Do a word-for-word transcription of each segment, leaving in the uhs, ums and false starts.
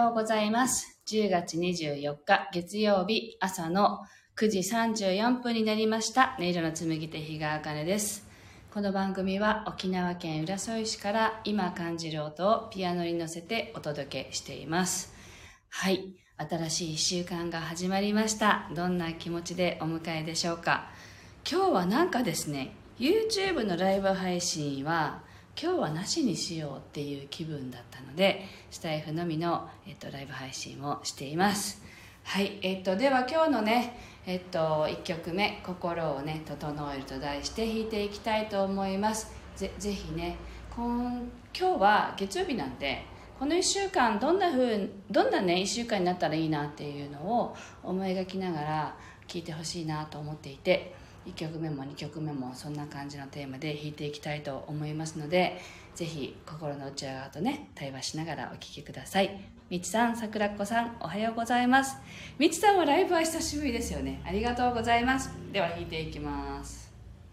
ようございます。じゅうがつにじゅうよっか月曜日朝のくじさんじゅうよんぷんになりました。音色の紡手日川茜です。この番組は沖縄県浦添市から今感じる音をピアノに乗せてお届けしています。はい、新しいいっしゅうかんが始まりました。どんな気持ちでお迎えでしょうか。今日はなんかですね、YouTube のライブ配信は今日はなしにしようっていう気分だったので、スタイフのみの、えっと、ライブ配信をしています。はい、えっと、では今日のね、えっと、いっきょくめ、心をね、整えると題して弾いていきたいと思います。ぜ、ぜひね、今、今日は月曜日なんで、このいっしゅうかんどんな風どんなねいっしゅうかんになったらいいなっていうのを思い描きながら聴いてほしいなと思っていて、いっきょくめもにきょくめもそんな感じのテーマで弾いていきたいと思いますので、ぜひ心の内側とね対話しながらお聴きください。みちさん、さくらっこさん、おはようございます。みちさんはライブは久しぶりですよね。ありがとうございます。では弾いていきます。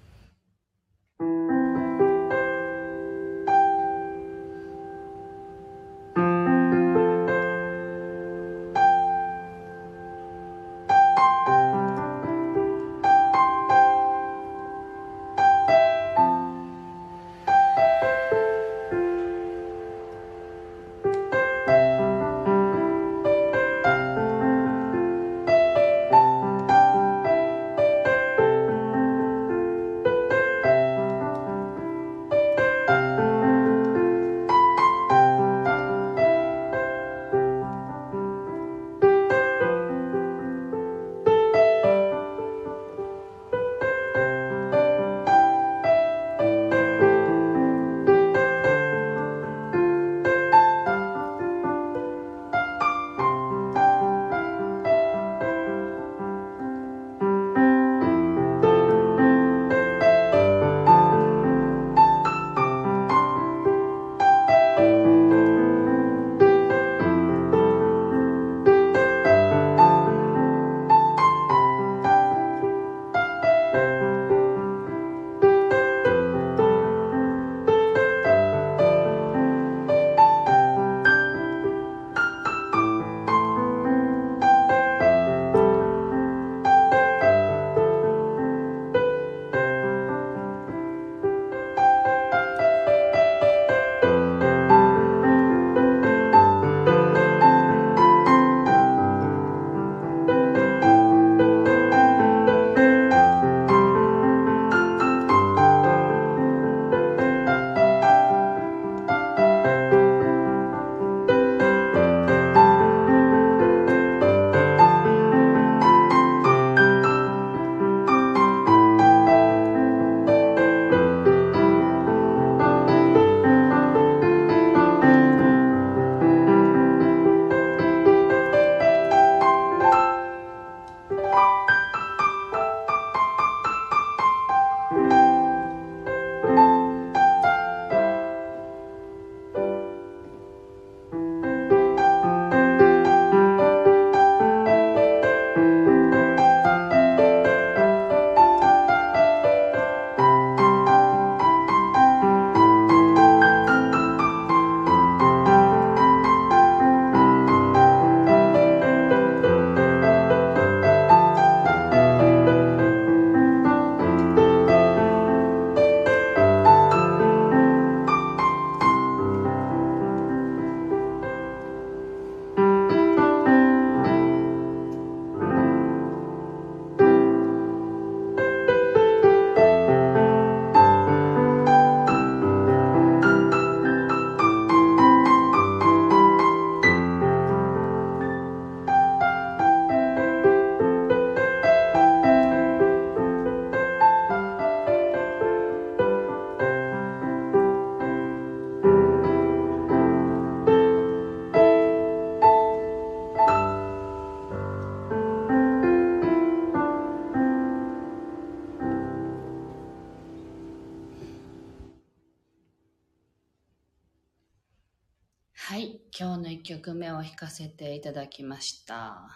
はい、今日のいっきょくめを弾かせていただきました。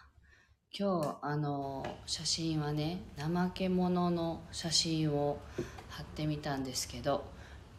今日あの写真はね、怠け者の写真を貼ってみたんですけど、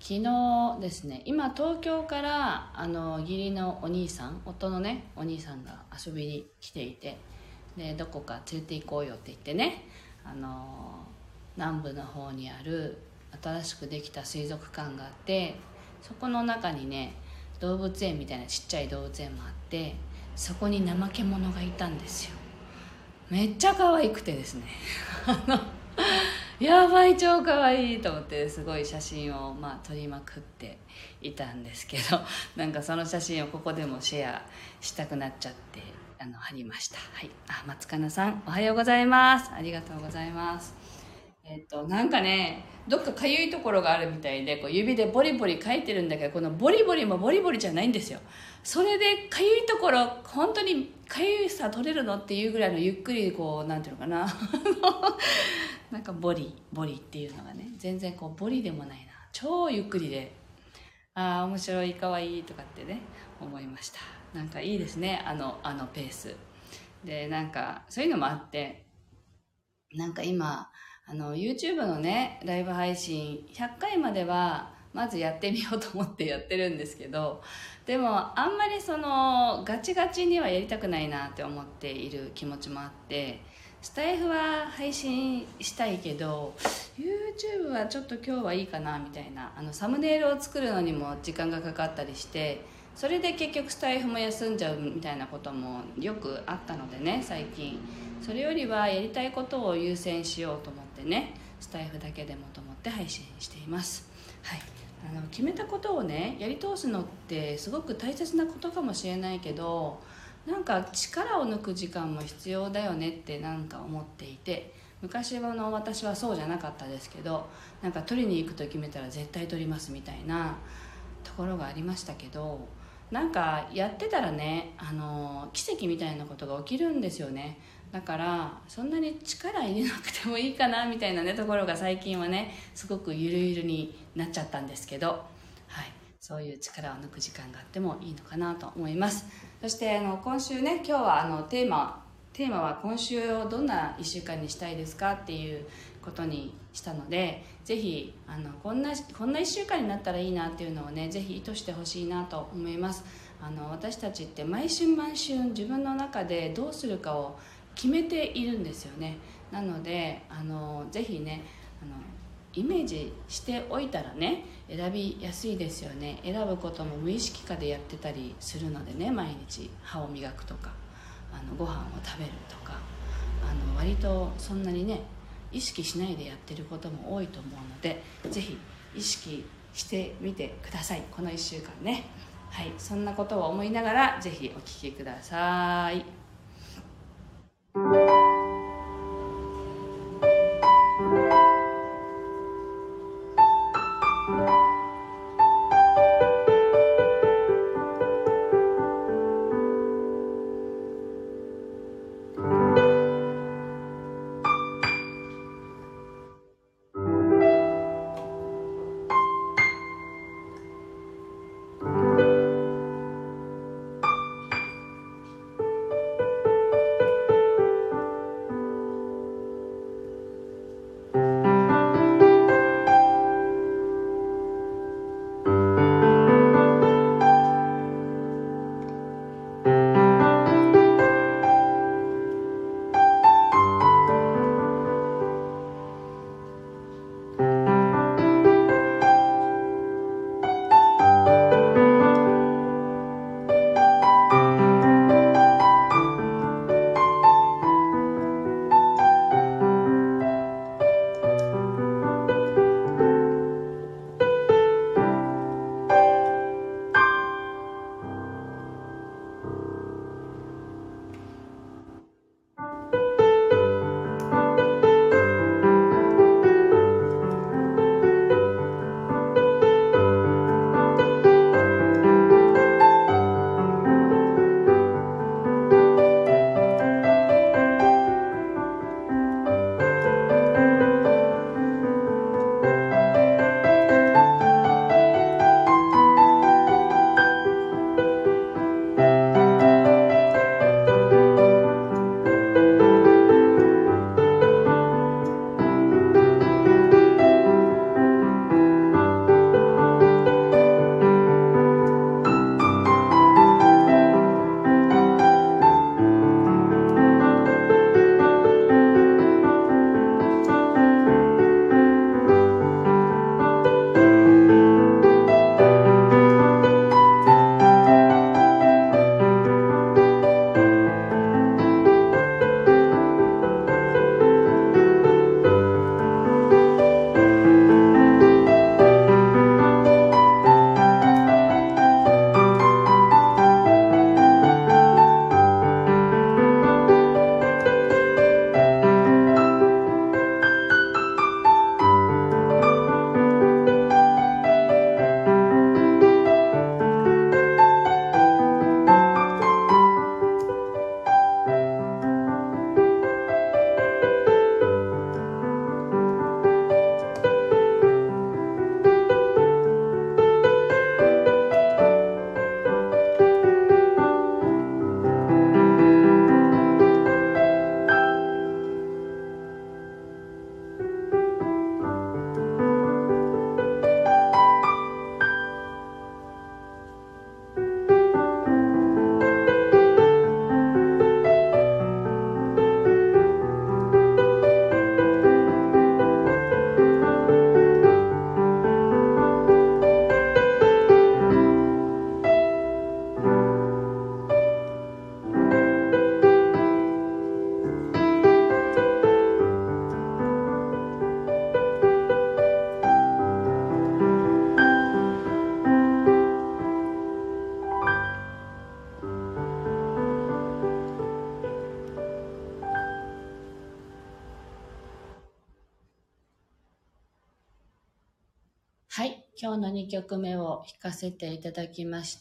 昨日ですね、今東京からあの義理のお兄さん、夫のねお兄さんが遊びに来ていて、でどこか連れて行こうよって言ってね、あの南部の方にある新しくできた水族館があって、そこの中にね動物園みたいなちっちゃい動物園もあって、そこに怠け者がいたんですよ。めっちゃ可愛くてですねあのやばい、超可愛いと思って、すごい写真をまあ撮りまくっていたんですけど、なんかその写真をここでもシェアしたくなっちゃってあの貼りました。はい、あ、松かなさんおはようございます。ありがとうございます。えっとなんかね、どっかかゆいところがあるみたいで、こう指でボリボリ書いてるんだけど、このボリボリもボリボリじゃないんですよ。それでかゆいところ本当にかゆいさ取れるのっていうぐらいのゆっくりこうなんていうのかななんかボリボリっていうのがね、全然こうボリでもないな、超ゆっくりで、ああ面白い、かわいいとかってね思いました。なんかいいですね、あのあのペースで。なんかそういうのもあって、なんか今あの YouTube のねライブ配信ひゃっかいまではまずやってみようと思ってやってるんですけど、でもあんまりそのガチガチにはやりたくないなって思っている気持ちもあって、スタイフは配信したいけど YouTube はちょっと今日はいいかなみたいな、あのサムネイルを作るのにも時間がかかったりして、それで結局スタイフも休んじゃうみたいなこともよくあったのでね、最近。それよりはやりたいことを優先しようと思ってね、スタイフだけでもと思って配信しています。はい、あの決めたことをねやり通すのってすごく大切なことかもしれないけど、なんか力を抜く時間も必要だよねってなんか思っていて、昔の私はそうじゃなかったですけど、なんか取りに行くと決めたら絶対取りますみたいなところがありましたけど、なんかやってたらね、あの奇跡みたいなことが起きるんですよね。だからそんなに力入れなくてもいいかなみたいなねところが最近はねすごくゆるゆるになっちゃったんですけど、はい、そういう力を抜く時間があってもいいのかなと思います。そしてあの今週ね、今日はあのテーマテーマは今週をどんないっしゅうかんにしたいですかっていうことにしたので、ぜひあのこんなこんないっしゅうかんになったらいいなっていうのをね、ぜひ意図してほしいなと思います。あの私たちって毎春毎春自分の中でどうするかを決めているんですよね。なのであのぜひね、あのイメージしておいたらね選びやすいですよね。選ぶことも無意識化でやってたりするのでね、毎日歯を磨くとかあのご飯を食べるとか、あの割とそんなにね意識しないでやってることも多いと思うので、ぜひ意識してみてください、このいっしゅうかんね。はい、そんなことを思いながらぜひお聞きください。 はい、今日のにきょくめを弾かせていただきました。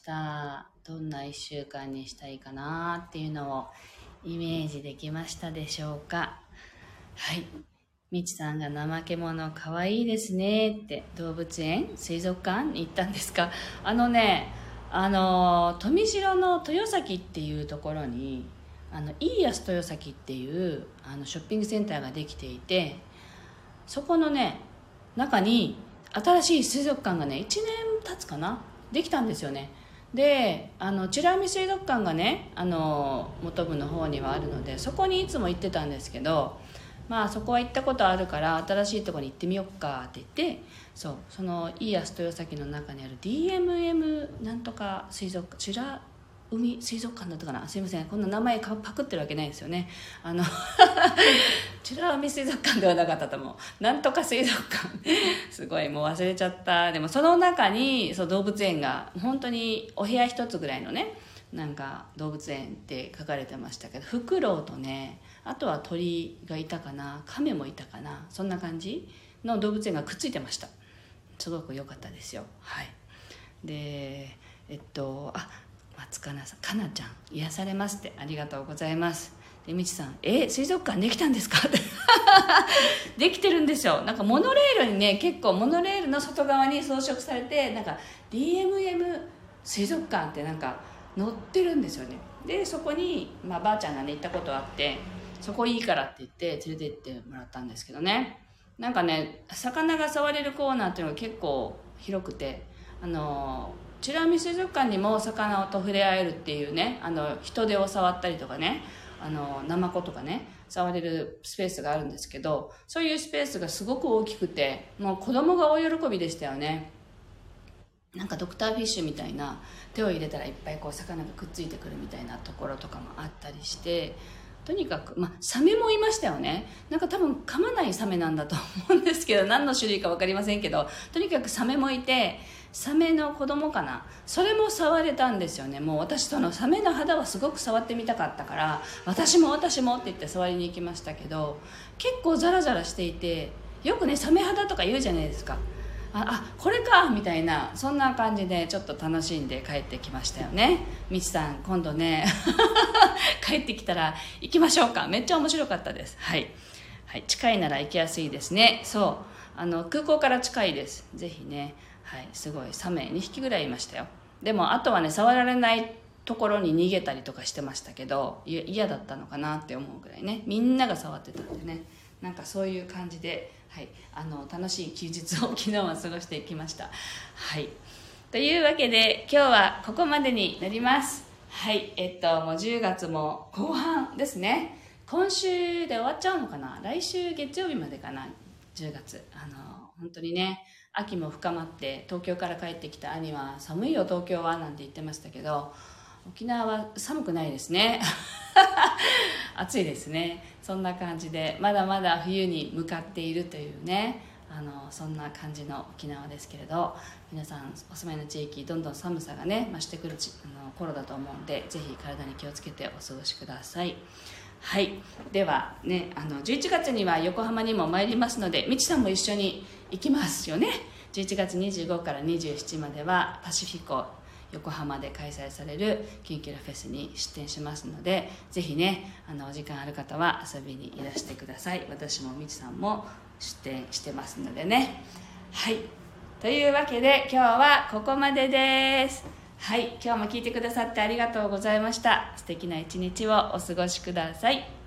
どんないっしゅうかんにしたいかなっていうのをイメージできましたでしょうか。はい、みちさんが怠け者かわいいですねって、動物園水族館に行ったんですか。あのね、あの富城の豊崎っていうところにあのイーヤス豊崎っていうあのショッピングセンターができていて、そこのね中に新しい水族館がねいちねん経つかな、できたんですよね。で、あの美ら海水族館がねあの本部の方にはあるので、そこにいつも行ってたんですけど、まあそこは行ったことあるから新しいところに行ってみようかって言って、そうそのイーヤス豊崎の中にある ディーエムエム なんとか水族館、美ら海水族館だったかな、すいません、こんな名前パクってるわけないですよね。あの美ら海水族館ではなかったと思う、なんとか水族館すごいもう忘れちゃった。でもその中にそう動物園が本当にお部屋一つぐらいのね、なんか動物園って書かれてましたけど、フクロウとね、あとは鳥がいたかな、カメもいたかな、そんな感じの動物園がくっついてました。すごく良かったですよ。はい。でえっとあ松かなさん、かなちゃん癒されますって、ありがとうございます。でみちさん、え水族館できたんですかってできてるんですよ。なんかモノレールにね、結構モノレールの外側に装飾されて、なんか ディーエムエム 水族館ってなんか乗ってるんですよね。でそこに、まあ、ばあちゃんがね行ったことあって、そこいいからって言って連れて行ってもらったんですけどね、なんかね魚が触れるコーナーっていうのが結構広くて、あの美ら海水族館にも魚と触れ合えるっていうね、あの人手を触ったりとかね、あのナマコとかね触れるスペースがあるんですけど、そういうスペースがすごく大きくて、もう子供が大喜びでしたよね。なんかドクターフィッシュみたいな、手を入れたらいっぱいこう魚がくっついてくるみたいなところとかもあったりして、とにかく、まあ、サメもいましたよね。なんか多分噛まないサメなんだと思うんですけど、何の種類か分かりませんけど、とにかくサメもいて、サメの子供かな、それも触れたんですよね。もう私そのサメの肌はすごく触ってみたかったから、私も私もって言って触りに行きましたけど、結構ザラザラしていて、よくねサメ肌とか言うじゃないですか。ああこれかみたいな、そんな感じでちょっと楽しんで帰ってきましたよね。みちさん今度ね帰ってきたら行きましょうか。めっちゃ面白かったです。はい、はい、近いなら行きやすいですね。そうあの空港から近いです。ぜひね、はい、すごいサメにひきぐらいいましたよ。でもあとはね触られないところに逃げたりとかしてましたけど、い嫌だったのかなって思うぐらいね、みんなが触ってたんでね、なんかそういう感じで、はい、あの楽しい休日を昨日は過ごしてきました。はい、というわけで今日はここまでになります。はい、えっともうじゅうがつも後半ですね。今週で終わっちゃうのかな、来週月曜日までかな、じゅうがつ。あの本当にね秋も深まって、東京から帰ってきた兄は寒いよ東京はなんて言ってましたけど、沖縄は寒くないですね暑いですね。そんな感じでまだまだ冬に向かっているというね、あのそんな感じの沖縄ですけれど、皆さんお住まいの地域どんどん寒さがね増してくるちあの頃だと思うんで、ぜひ体に気をつけてお過ごしください。はい、ではね、あのじゅういちがつには横浜にも参りますので、みちさんも一緒に行きますよね。じゅういちがつにじゅうごからにじゅうしちまではパシフィコ横浜で開催されるキンキラフェスに出展しますので、ぜひねあのお時間ある方は遊びにいらしてください。私もみちさんも出展してますのでね。はい、というわけで今日はここまでです。はい、今日も聞いてくださってありがとうございました。素敵な一日をお過ごしください。